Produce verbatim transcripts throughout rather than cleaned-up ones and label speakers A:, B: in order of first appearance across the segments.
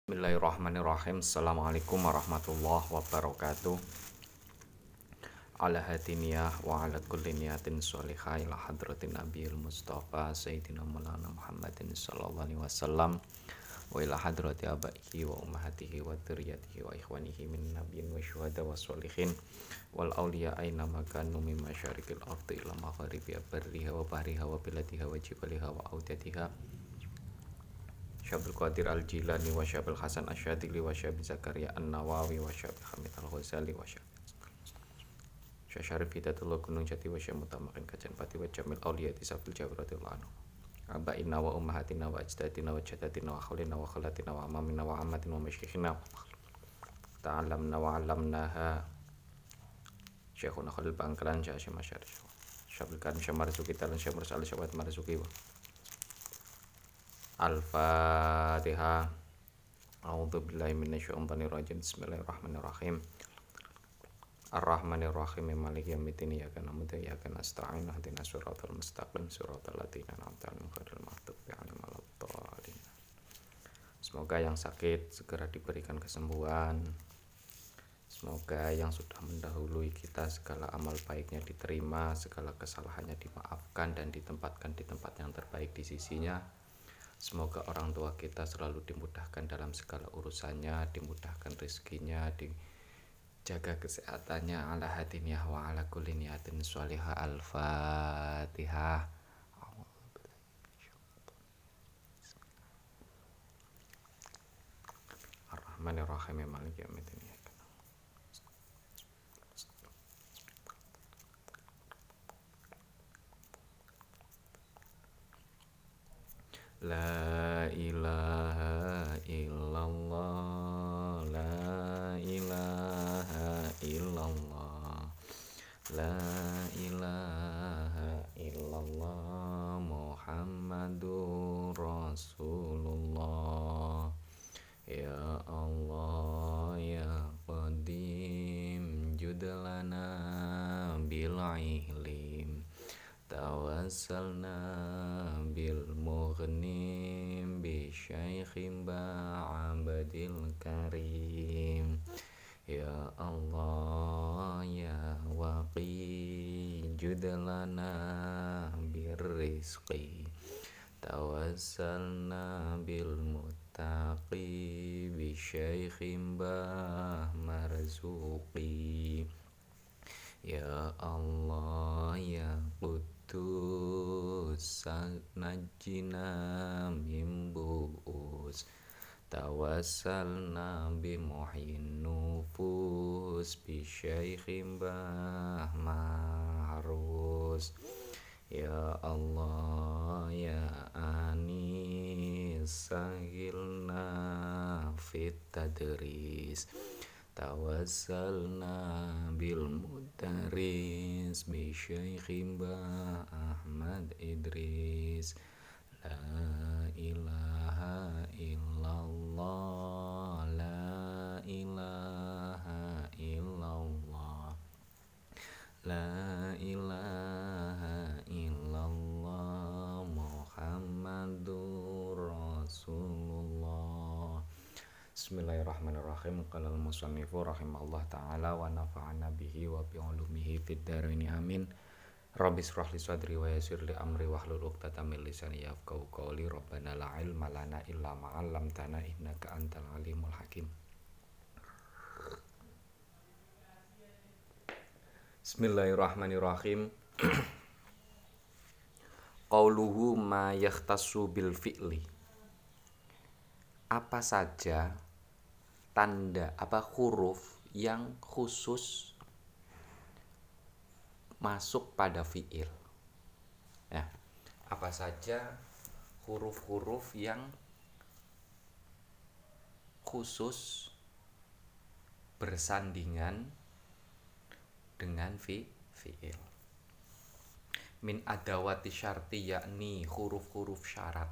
A: Bismillahirrahmanirrahim. Assalamualaikum warahmatullahi wabarakatuh. Ala hadiniyah wa ala kulli niyatin sholihah ila hadratin nabiyil mustafa sayyidina maulana Muhammadin sallallahu alaihi wasallam wa ila hadrati abaihi wa ummahatihi wa dzurriyyatihi wa ikhwanihi min nabiyyin wa syuhada wa sholihin wal auliya aina makanu min masyariqil ardi ila magharibiha barriha wa bahriha wa biladiha wa jibaliha wa audatiha Syabul Qadir Al-Jilani wa Syabil Hasan Asyadili wa Syabil Zakaria An-Nawawi wa Syabil Hamid Al-Ghazali wa Syabil Syarif Hidatullah Gunung Jati wa Syabil Mutamakin Kajan Pati wa Jamil Awliyati Sabil Jabiratillah Anu Aba'ina wa ummahatina wa ajdatina wa jadatina wa khulina wa khulatina wa amamina wa amatina wa masyikhina ta'alamna wa alamnaha Syekhuna Khalil Bangkalan Syahsyam Masyarif Syabil Karim Syamarzuki Talan Syamur Salih Syawat Marzuki wa Al-Fatihah. A'udzubillahi minasyaitonir rajim. Bismillahirrahmanirrahim. Ar-Rahmanir-Rahim. Maliki yaumiddin. Iyyaka na'budu wa iyyaka nasta'in. Ihdinas siratal mustaqim. Siratal ladzina an'amta 'alaihim ghairil maghdubi 'alaihim waladdallin. Semoga yang sakit segera diberikan kesembuhan. Semoga yang sudah mendahului kita segala amal baiknya diterima, segala kesalahannya dimaafkan dan ditempatkan di tempat yang terbaik di sisinya. Semoga orang tua kita selalu dimudahkan dalam segala urusannya, dimudahkan rezekinya, dijaga kesehatannya. Ala hadiniyah wa ala kulli niyatin sholihah. Al-Fatihah. Ar-Rahmanir-Rahim. Maliki yaumiddin. La ilaha illallah, la ilaha illallah, la ilaha illallah, Muhammadur Rasulullah. Ya Allah ya Qadim judlana bil ihlim, tawassalna bil mughnim bi syaikhim ba'abadil karim. Ya Allah ya waqi judlana bir rizqi, tawassalna bil muttaqi bi syaikhim bah marzuqi. Ya Allah ya Qudus najjina min bu'us, tawassalna bi muhyin nufus bi syaikhim bah mahrus. Ya Allah ya Anis sahilna fit tadris, tawassalna bil mudaris bi syaikhim bah Ahmad Idris. La ilaha illallah, la ilaha illallah, la ilaha illallah, Muhammadur Rasulullah. Bismillahirrahmanirrahim. Qala al-musannifu rahimallahu ta'ala wa nafa'ana bihi wa bi ulumihi fid dharain amin. Rabbi shrah li sadri wa yassir li amri wahlul 'uqdatam min lisani yafqahu qawli. Rabbana la ilma lana illa ma 'allamtana innaka antal alimul hakim. Bismillahirrahmanirrahim. Qauluhu ma yakhtassu bil fi'li. Apa saja tanda apa huruf yang khusus masuk pada fi'il. Ya, apa saja huruf-huruf yang khusus bersandingan dengan fi fi'il. Min adawati syarti yakni huruf-huruf syarat.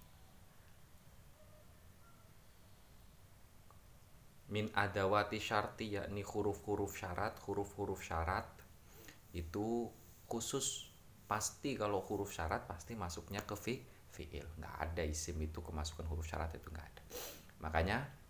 A: Min adawati syarti yakni huruf-huruf syarat. Huruf-huruf syarat itu khusus, pasti kalau huruf syarat pasti masuknya ke fi, fi'il. Nggak ada isim itu kemasukan huruf syarat, itu nggak ada. Makanya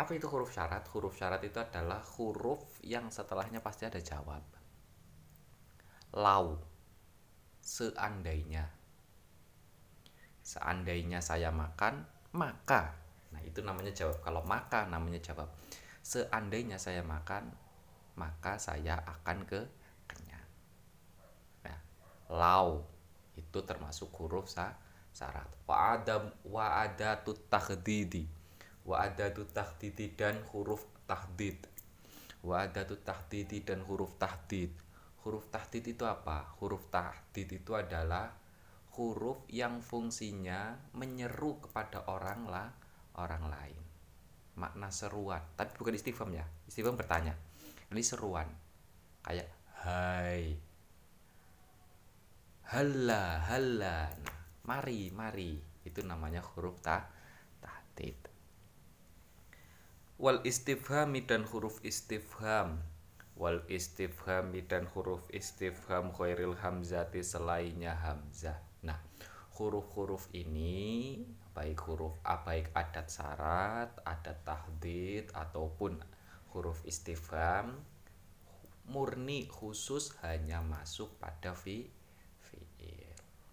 A: Apa itu huruf syarat? Huruf syarat itu adalah huruf yang setelahnya pasti ada jawab. Lau, seandainya. Seandainya saya makan, maka. Nah, itu namanya jawab. Kalau maka namanya jawab. Seandainya saya makan, maka saya akan ke kenyang. Nah, lau itu termasuk huruf sa syarat. Wa ada wa ada tut takhdidi. Wa ada tut takhdidi dan huruf tahdid. Wa ada tut takhdidi dan huruf tahdid. Huruf tahdid itu apa? Huruf tahdid itu adalah huruf yang fungsinya menyeru kepada orang lah, orang lain. Makna seruan, tapi bukan istifham ya. Istifham bertanya. Ini seruan. Kayak hai. Halla, halla. Nah, mari, mari. Itu namanya huruf ta tahdid. Wal istifhami dan huruf istifham. Wal istifhami dan huruf istifham khairil hamzati selainnya hamzah. Nah, huruf-huruf ini baik huruf a baik adat syarat, adat tahdid ataupun huruf istifham murni khusus hanya masuk pada fi fiil.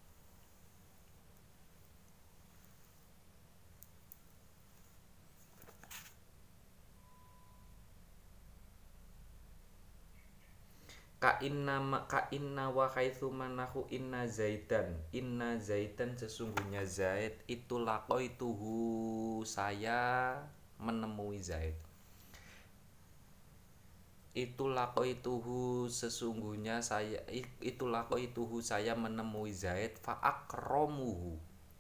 A: Ka inna ma ka inna wa haitsu manahu inna zaidan inna zaidan sesungguhnya zaid itu laqaituhu saya menemui zaid itu laqaituhu sesungguhnya saya itu laqaituhu saya menemui zaid fa akramuhu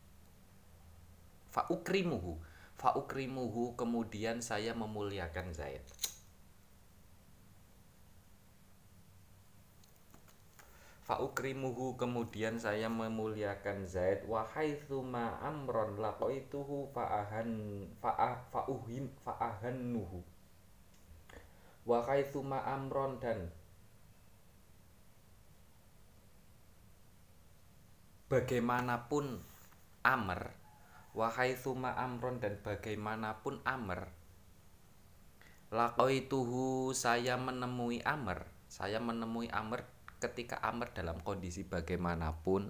A: fa ukrimuhu fa ukrimuhu kemudian saya memuliakan zaid. Fa'ukrimuhu kemudian saya memuliakan Zaid wa haitsuma amron laqaituhu fa'ahan fa'ah fa'uhin fa'ahannuhu wa haitsuma amron dan bagaimanapun amr wa haitsuma amron dan bagaimanapun amr laqaituhu saya menemui amr saya menemui amr ketika amr dalam kondisi bagaimanapun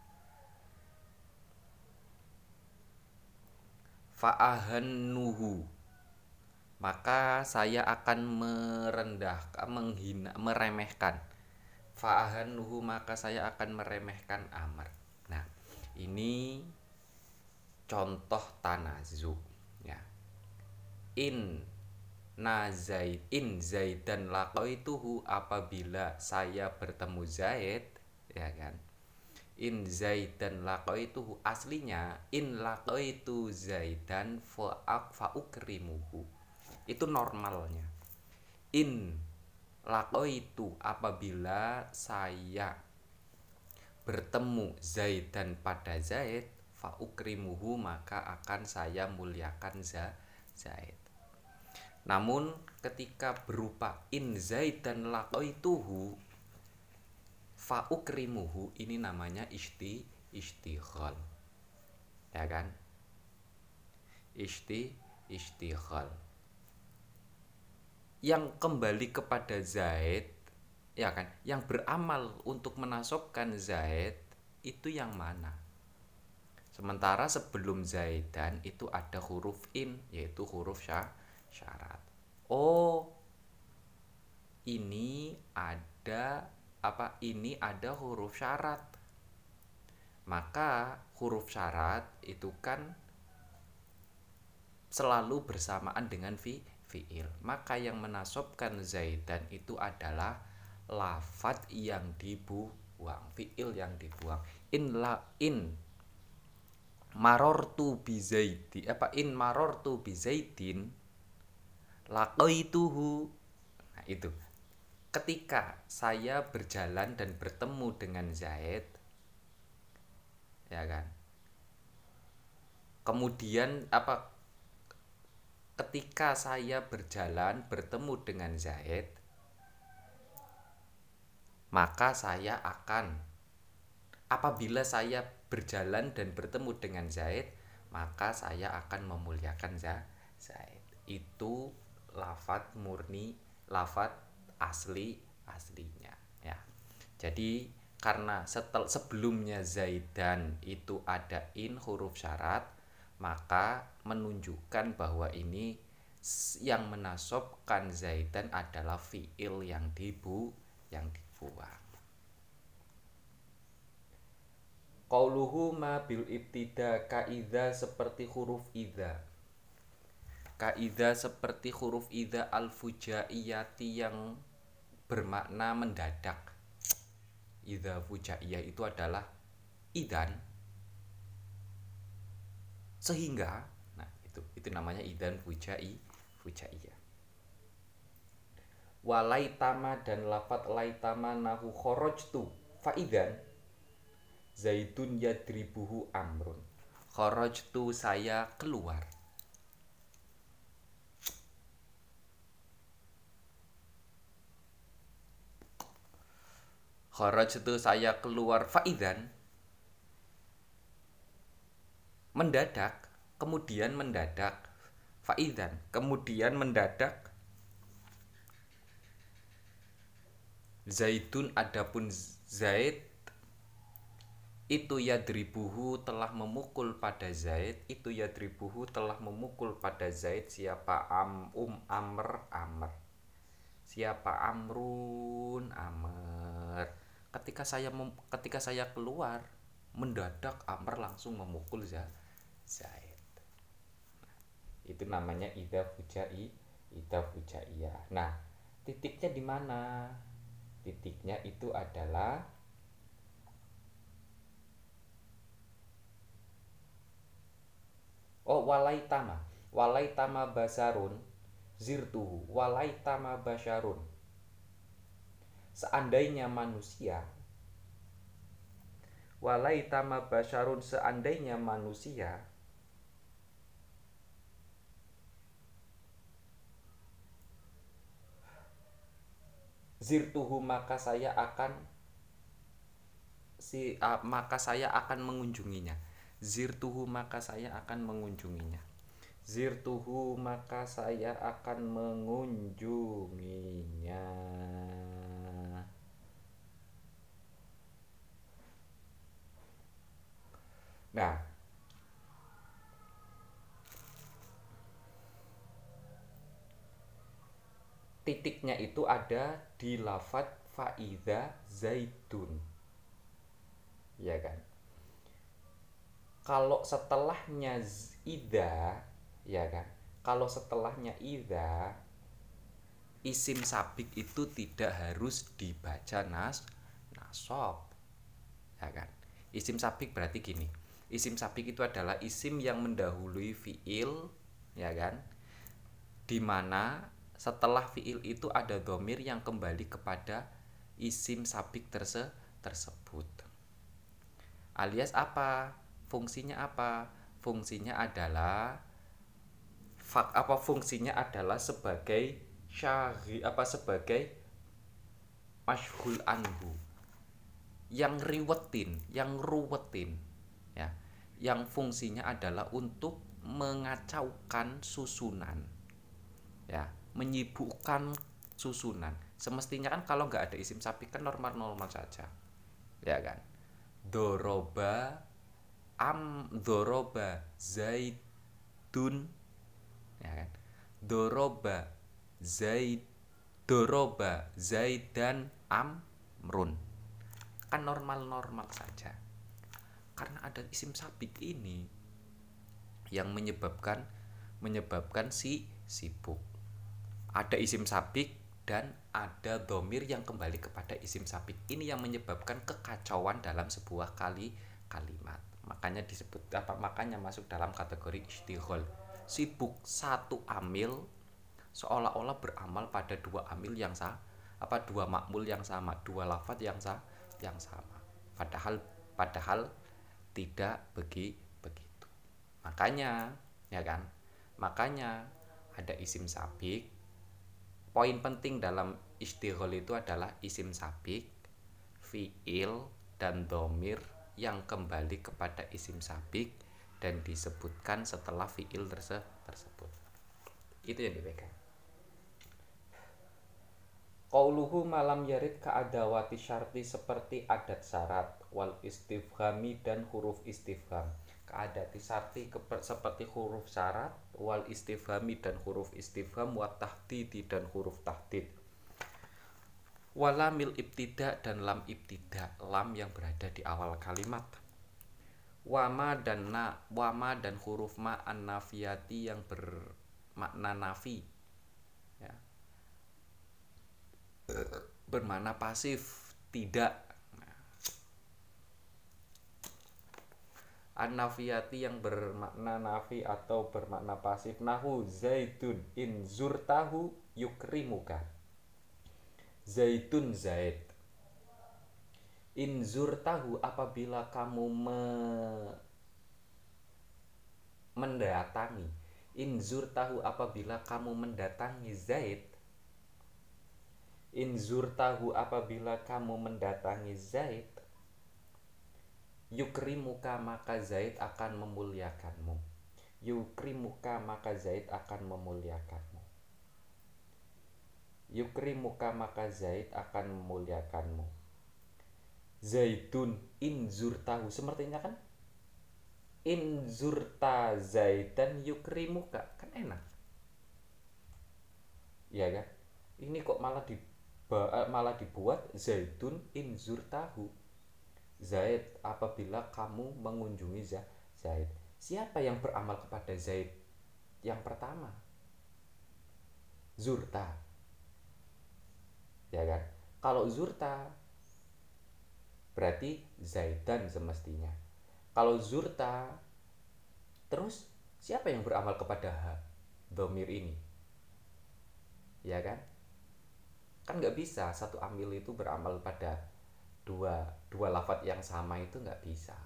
A: fa'ahannuhu maka saya akan merendahkan menghina meremehkan fa'ahannuhu maka saya akan meremehkan amr. Nah, ini contoh tanazu ya. In na zaid in zaidan laqaituhu apabila saya bertemu Zaid ya kan in zaidan laqaituhu aslinya in laqaitu zaidan fa ukrimuhu itu normalnya in laqaitu apabila saya bertemu Zaidan pada Zaid fa ukrimuhu maka akan saya muliakan Zaid. Namun ketika berupa in zaidan laqaituhu fa ukrimuhu ini namanya isti istighal. Ya kan? Isti istighal. Yang kembali kepada Zaid, ya kan? Yang beramal untuk menasobkan Zaid itu yang mana? Sementara sebelum Zaidan itu ada huruf in yaitu huruf syah syarat. Oh, ini ada apa? Ini ada huruf syarat. Maka huruf syarat itu kan selalu bersamaan dengan fi fiil. Maka yang menasobkan Zaidan itu adalah lafadz yang dibuang, fiil yang dibuang. In la in marortu bi zaidi apa in marortu bi zaidin laqaituhu. Nah, itu. Ketika saya berjalan dan bertemu dengan Zaid, ya kan? Kemudian apa? Ketika saya berjalan bertemu dengan Zaid, maka saya akan apabila saya berjalan dan bertemu dengan Zaid, maka saya akan memuliakan Zaid. itu lafat murni, lafat asli aslinya ya. Jadi karena setel, sebelumnya Zaidan itu ada in huruf syarat, maka menunjukkan bahwa ini yang menasobkan Zaidan adalah fiil yang dibu yang dibuang. Qauluhu ma bil ibtida kaidza seperti huruf idza. Kaidza seperti huruf idza al fujaiyati yang bermakna mendadak. Idza fujaiyah itu adalah idan sehingga. Nah, itu itu namanya idan fujai fujaiyah. Walaitama dan lafat laitama nahu kharajtu faidan Zaidun yadribuhu amrun. Kharajtu saya keluar. Kharajtu saya keluar faidan mendadak, kemudian mendadak. Faidan kemudian mendadak. Zaidun adapun Zaid itu yadribuhu telah memukul pada Zaid itu yadribuhu telah memukul pada Zaid siapa am um amr amr siapa amrun amr ketika saya mem, ketika saya keluar mendadak amr langsung memukul Zaid. Itu namanya idza fujai idza fujaiyah. Nah, titiknya di mana? Titiknya itu adalah oh walaitama walaitama basarun zirtuhu walaitama basyarun seandainya manusia walaitama basyarun seandainya manusia zirtuhu maka saya akan si uh, maka saya akan mengunjunginya. Zirtuhu maka saya akan mengunjunginya. Zirtuhu maka saya akan mengunjunginya. Nah, titiknya itu ada di lafadz faidza zaidun. Ya kan? Kalau setelahnya idza, ya kan? Kalau setelahnya idza, isim sabik itu tidak harus dibaca nas nasab. Ya kan? Isim sabik berarti gini. Isim sabik itu adalah isim yang mendahului fiil, ya kan? Di mana setelah fiil itu ada dhamir yang kembali kepada isim sabik terse tersebut. Alias apa? Fungsinya apa? Fungsinya adalah fak apa fungsinya adalah sebagai syari apa sebagai masyhul anhu. Yang riwetin, yang ruwetin, ya. Yang fungsinya adalah untuk mengacaukan susunan. Ya, menyibukkan susunan. Semestinya kan kalau nggak ada isim sabik kan normal-normal saja. Ya kan? Doroba am doroba zaidun, ya kan? Doroba zaid doroba zaidan amrun, kan normal-normal saja. Karena ada isim sabik ini yang menyebabkan menyebabkan si sibuk. Ada isim sabik dan ada dhamir yang kembali kepada isim sabik. Ini yang menyebabkan kekacauan dalam sebuah kali kalimat. Makanya disebut apa? Makanya masuk dalam kategori istighol. Sibuk satu amil seolah-olah beramal pada dua amil yang sama, apa dua makmul yang sama, dua lafadz yang sa, yang sama. Padahal padahal tidak begi, begitu. Makanya, ya kan? Makanya ada isim sabik. Poin penting dalam istighol itu adalah isim sabik, fiil dan dhamir yang kembali kepada isim sabik dan disebutkan setelah fiil terse- tersebut. Itu yang dipegang. Qauluhu malam yarid ka'adawati syarti seperti adat syarat wal istifhami dan huruf istifham. Ka'adati syarti seperti huruf syarat wal istifhami dan huruf istifham wa tahdidi dan huruf tahdid. Walamil ibtida dan lam ibtida, lam yang berada di awal kalimat. Wama dan na, wama dan huruf ma an-nafiyati yang bermakna nafi. Ya. Bermakna pasif, tidak. An-nafiyati yang bermakna nafi atau bermakna pasif. Nahu zaidun in zurtahu yukrimuka. Zaitun zaid. In zurtahu apabila kamu me mendatangi. In zurtahu apabila kamu mendatangi Zaid. In zurtahu apabila kamu mendatangi Zaid, yukrimuka maka Zaid akan memuliakanmu. Yukrimuka maka Zaid akan memuliakanmu. Yukrimuka maka Zaid akan memuliakanmu. Zaidun in zurtahu, sepertinya kan in zurta Zaidan yukrimuka, kan enak ya kan. Ini kok malah di malah dibuat Zaidun in zurtahu, Zaid apabila kamu mengunjungi Zaid. Siapa yang beramal kepada Zaid yang pertama? Zurta, ya kan. Kalau zurta berarti Zaidan semestinya. Kalau zurta, terus siapa yang beramal kepada ha, dhamir ini? Ya kan? Kan nggak bisa satu amil itu beramal pada dua dua lafadz yang sama, itu nggak bisa.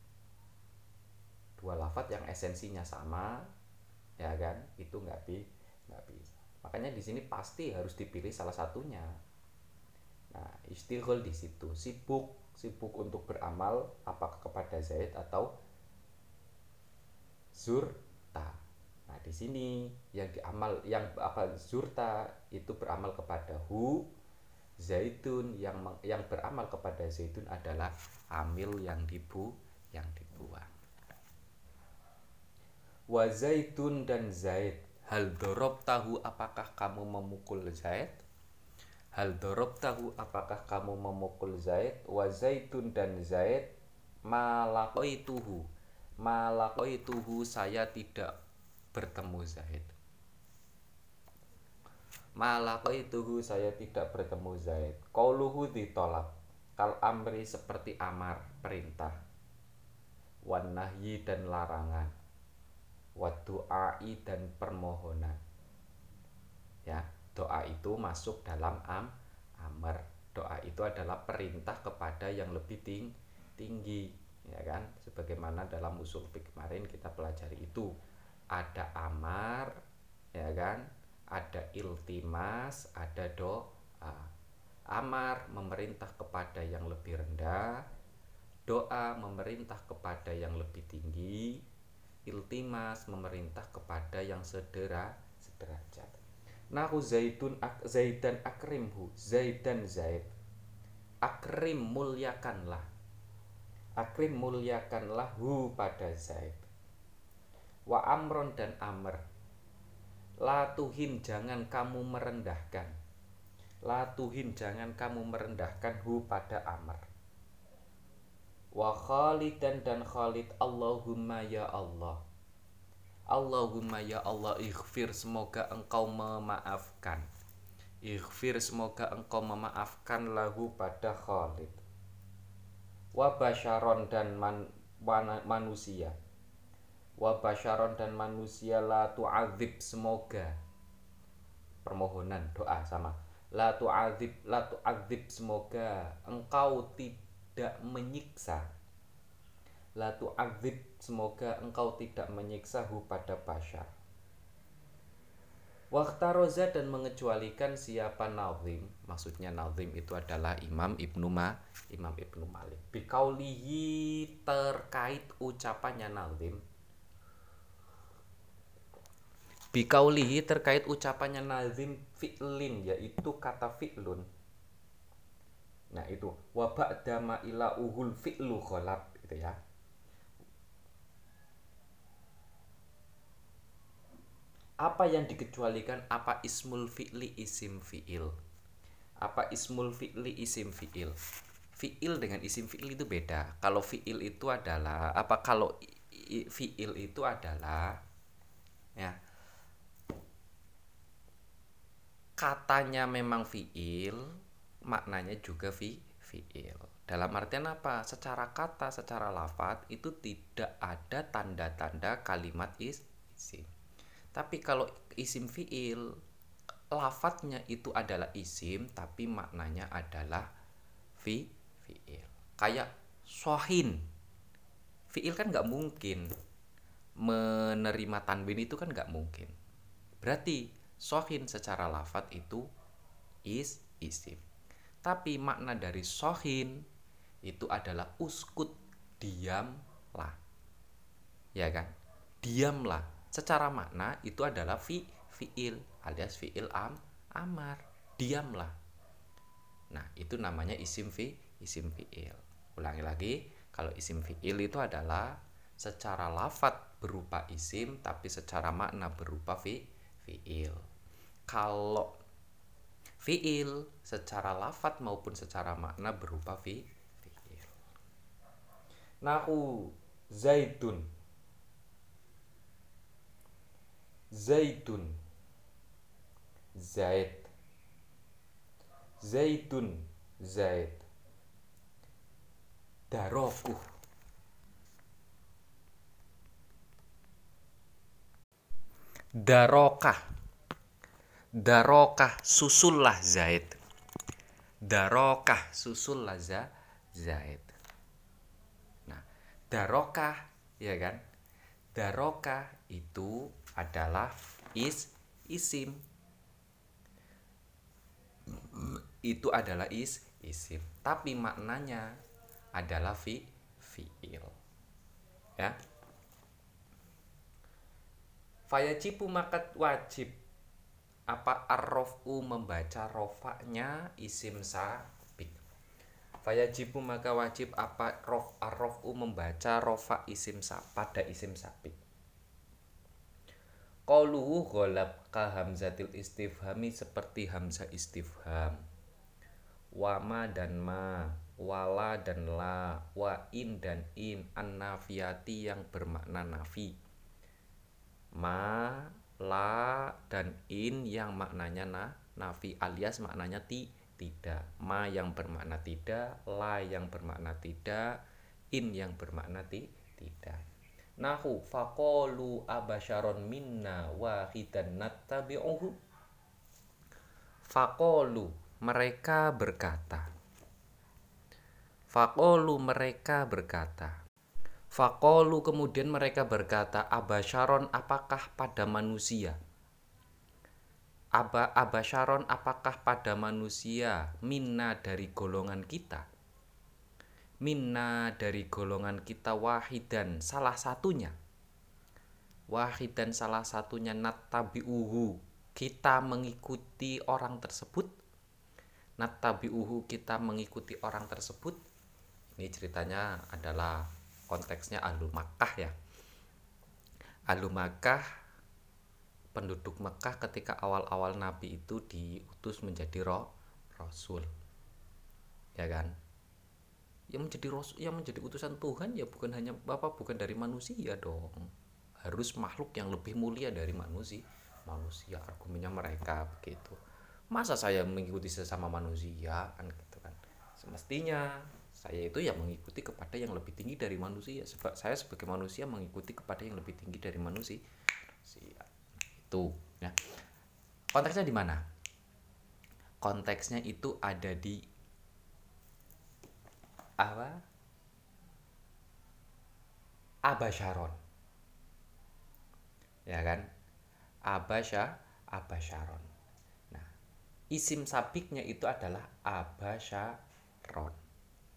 A: Dua lafadz yang esensinya sama, ya kan? Itu nggak bi nggak bisa. Makanya di sini pasti harus dipilih salah satunya. Nah, istighol di situ, sibuk sibuk untuk beramal apakah kepada Zaid atau Zurta. Nah, di sini yang diamal yang apa Zurta itu beramal kepada hu, Zaitun yang yang beramal kepada Zaitun adalah amil yang dibu yang dibuang. Wa Zaitun dan Zaid, hal dorob tahu apakah kamu memukul Zaid? Hal dorob tahu apakah kamu memukul Zaid? Wa Zaitun dan Zaid malakoituhu, malakoituhu saya tidak bertemu Zaid. Malakoituhu saya tidak bertemu Zaid. Qauluhu ditolak, kal amri seperti amar perintah, wan nahyi dan larangan, wa du'ai dan permohonan. Ya, doa itu masuk dalam am amr. Doa itu adalah perintah kepada yang lebih ting tinggi, ya kan? Sebagaimana dalam usul fiqh kemarin kita pelajari itu ada amar, ya kan? Ada iltimas, ada doa. Amar memerintah kepada yang lebih rendah, doa memerintah kepada yang lebih tinggi, iltimas memerintah kepada yang sedera sederajat. Nahu Zaidun ak, Zaidan akrimhu, Zaidan Zaid. Akrim muliakanlah. Akrim muliakanlah hu pada Zaid. Wa amron dan amr. La tuhin jangan kamu merendahkan. La tuhin jangan kamu merendahkan hu pada amr. Wa Khalidan dan Khalid, Allahumma ya Allah. Allahumma ya Allah, ighfir semoga engkau memaafkan. Ighfir semoga engkau memaafkan lahu pada Khalid. Wa basyaron dan man, man, manusia. Wa basyaron dan manusia la tu'adzib semoga. Permohonan doa sama. La tu'adzib la tu'adzib semoga engkau tidak menyiksa. La tu'adzib semoga engkau tidak menyiksa hu pada basyar. Wakhtaroza dan mengecualikan siapa nazim, maksudnya nazim itu adalah Imam Ibnu Ma, Imam Ibnu Malik. Bikaulihi terkait ucapannya nazim. Bikaulihi terkait ucapannya nazim fi'lin, yaitu kata fi'lun. Nah itu wa ba'da ma ila uhul fi'lu ghalab gitu ya. Apa yang dikecualikan? Apa ismul fi'li isim fi'il? Apa ismul fi'li isim fi'il? Fi'il dengan isim fi'il itu beda. Kalau fi'il itu adalah apa kalau fi'il itu adalah ya katanya memang fi'il, maknanya juga fi fi'il. Dalam artian apa? Secara kata, secara lafadz itu tidak ada tanda-tanda kalimat is isim. Tapi kalau isim fi'il, lafadznya itu adalah isim tapi maknanya adalah fi fi'il. Kayak sohin. Fi'il kan nggak mungkin menerima tanwin, itu kan nggak mungkin. Berarti sohin secara lafadz itu is isim. Tapi makna dari sohin itu adalah uskut, diamlah. Ya kan? Diamlah. Secara makna itu adalah fi fi'il alias fi'il am amar. Diamlah. Nah, itu namanya isim fi isim fi'il. Ulangi lagi, kalau isim fi'il itu adalah secara lafadz berupa isim tapi secara makna berupa fi fi'il. Kalau fi'il secara lafadz maupun secara makna berupa fi fi'il. Nahu zaitun. Zaitun. Zait. Zaitun. Zait. Darokuh. Darokah. Darokah susullah Zaid. Darokah susullah za Zaid. Nah, darokah ya kan? Darokah itu adalah is isim. Itu adalah is isim, tapi maknanya adalah fi fiil. Ya. Fayajibu maka wajib apa arrofu membaca rofaknya isim sabik. Fayajibu maka wajib apa rof arrofu membaca rofa isim sa pada isim sabik. Qauluhu ghalab ka hamzatil istifhami seperti hamzah istifham. Wama dan ma, wala dan la, wa in dan in, an-nafiyati yang bermakna nafi. Ma, la dan in yang maknanya na, nafi alias maknanya ti, tidak. Ma yang bermakna tidak, la yang bermakna tidak, in yang bermakna ti, tidak. Nahu faqalu abasyaron minna wahidan nattabi'uhu. Faqalu mereka berkata. Faqalu mereka berkata. Faqalu kemudian mereka berkata, abasyaron apakah pada manusia? Aba abasyaron apakah pada manusia? Minna dari golongan kita. Minna dari golongan kita wahidan salah satunya. Wahidan salah satunya nattabi'uhu kita mengikuti orang tersebut. Nattabi'uhu kita mengikuti orang tersebut. Ini ceritanya adalah konteksnya Ahlu Makkah ya. Ahlu Makkah, penduduk Mekah ketika awal-awal Nabi itu diutus menjadi roh, Rasul. Ya kan? Yang menjadi rasul, yang menjadi utusan Tuhan ya bukan hanya Bapak, bukan dari manusia dong. Harus makhluk yang lebih mulia dari manusia. Manusia argumennya mereka begitu. Masa saya mengikuti sesama manusia kan gitu kan. Semestinya saya itu ya mengikuti kepada yang lebih tinggi dari manusia. Sebab saya sebagai manusia mengikuti kepada yang lebih tinggi dari manusia. Itu ya. Konteksnya di mana? Konteksnya itu ada di apa? Abasyaron. Ya kan? Abasya, abasyaron. Nah, isim sabiknya itu adalah abasyaron.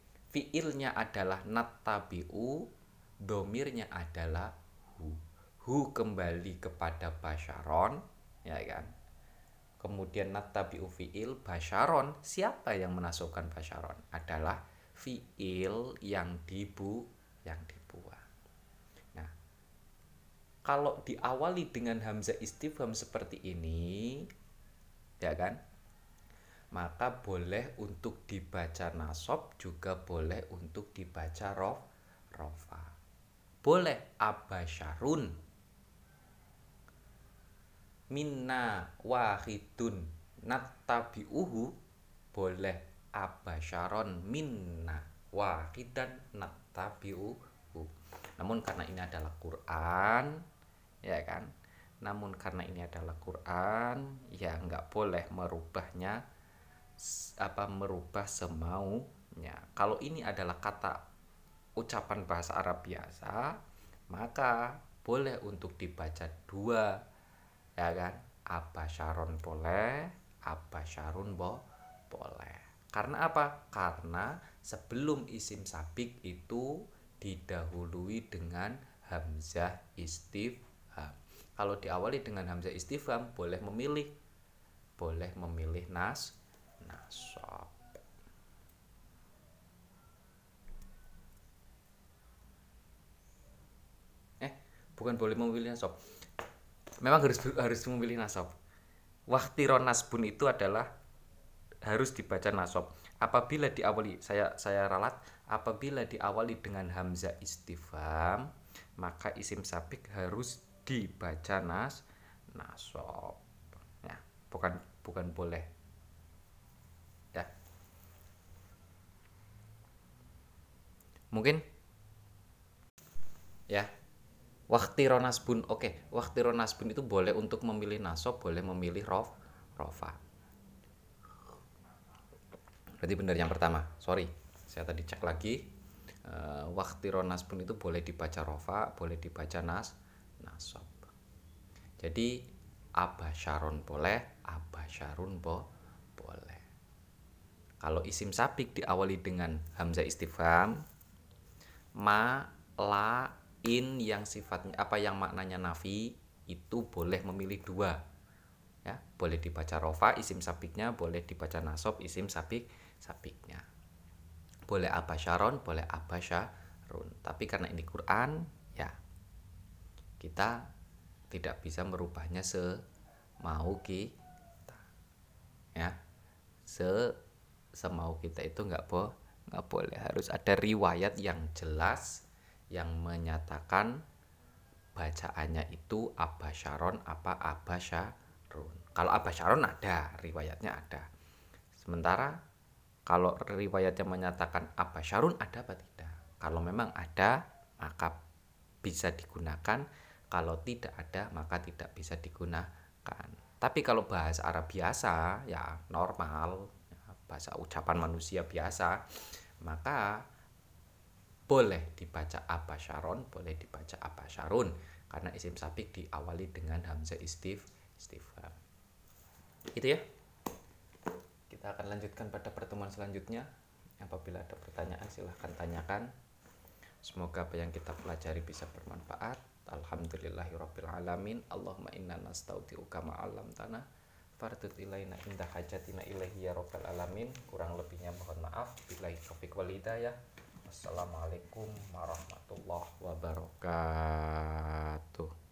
A: Fiilnya adalah nattabi'u, domirnya adalah hu. Hu hu kembali kepada basyaron, ya kan. Kemudian nattabi'u fi'il basyaron, siapa yang menasobkan basyaron? Adalah fi'il yang dibu yang dibuang. Nah, kalau diawali dengan hamzah istifham seperti ini, ya kan, maka boleh untuk dibaca nasab, juga boleh untuk dibaca rof rofa. Boleh abasyarun, minna wahidun nattabi'uhu, boleh abasyaron minna wahidan nattabi'uhu. Namun karena ini adalah Quran, ya kan, namun karena ini adalah Quran, ya nggak boleh merubahnya, apa merubah semaunya. Kalau ini adalah kata ucapan bahasa Arab biasa, maka boleh untuk dibaca dua, ya kan, abasyaron boleh, abasyarun bo boleh. Karena apa? Karena sebelum isim sabik itu didahului dengan hamzah istifham. Kalau diawali dengan hamzah istifham, boleh memilih boleh memilih nas nasab. Eh, bukan boleh memilih nasab. Memang harus harus memilih nasab. Waqtiron nasbun itu adalah harus dibaca nasab. Apabila diawali, saya saya ralat, apabila diawali dengan hamzah istifham, maka isim sabik harus dibaca nas nasab. Ya, bukan bukan boleh. Ya. Mungkin ya. Waqtiron nasbun. Oke, waqtiron nasbun itu boleh untuk memilih nasab, boleh memilih rof rofa. Berarti benar yang pertama. Sorry, saya tadi cek lagi. Uh, waqtiron nasbun itu boleh dibaca rofa, boleh dibaca nas nasab. Jadi abasyaron boleh, abasyarun bo boleh. Kalau isim sabik diawali dengan hamzah istifham, ma, la, in yang sifatnya apa yang maknanya nafi, itu boleh memilih dua, ya, boleh dibaca rofa isim sabiknya, boleh dibaca nasab isim sabik sabiknya, boleh abasyaron, boleh abasyarun. Tapi karena ini Quran, ya kita tidak bisa merubahnya semau kita, ya, se semau kita itu nggak bo nggak boleh, harus ada riwayat yang jelas yang menyatakan bacaannya itu abasyaron apa abasyarun. Kalau abasyaron ada, riwayatnya ada. Sementara kalau riwayatnya menyatakan abasyarun ada apa tidak? Kalau memang ada, maka bisa digunakan. Kalau tidak ada, maka tidak bisa digunakan. Tapi kalau bahasa Arab biasa, ya normal, ya, bahasa ucapan manusia biasa, maka boleh dibaca abasyaron, boleh dibaca abasyarun, karena isim sabik diawali dengan hamzah istif istifham. Itu ya. Kita akan lanjutkan pada pertemuan selanjutnya. Apabila ada pertanyaan silahkan tanyakan. Semoga apa yang kita pelajari bisa bermanfaat. Alhamdulillahirabbil alamin. Allahumma inna nastaudiuka ma 'allamtana fardut ilaina inda hajatina ilaihi ya rabbal alamin. Kurang lebihnya mohon maaf. Billahi taufiq wal hidayah. Assalamualaikum warahmatullahi wabarakatuh.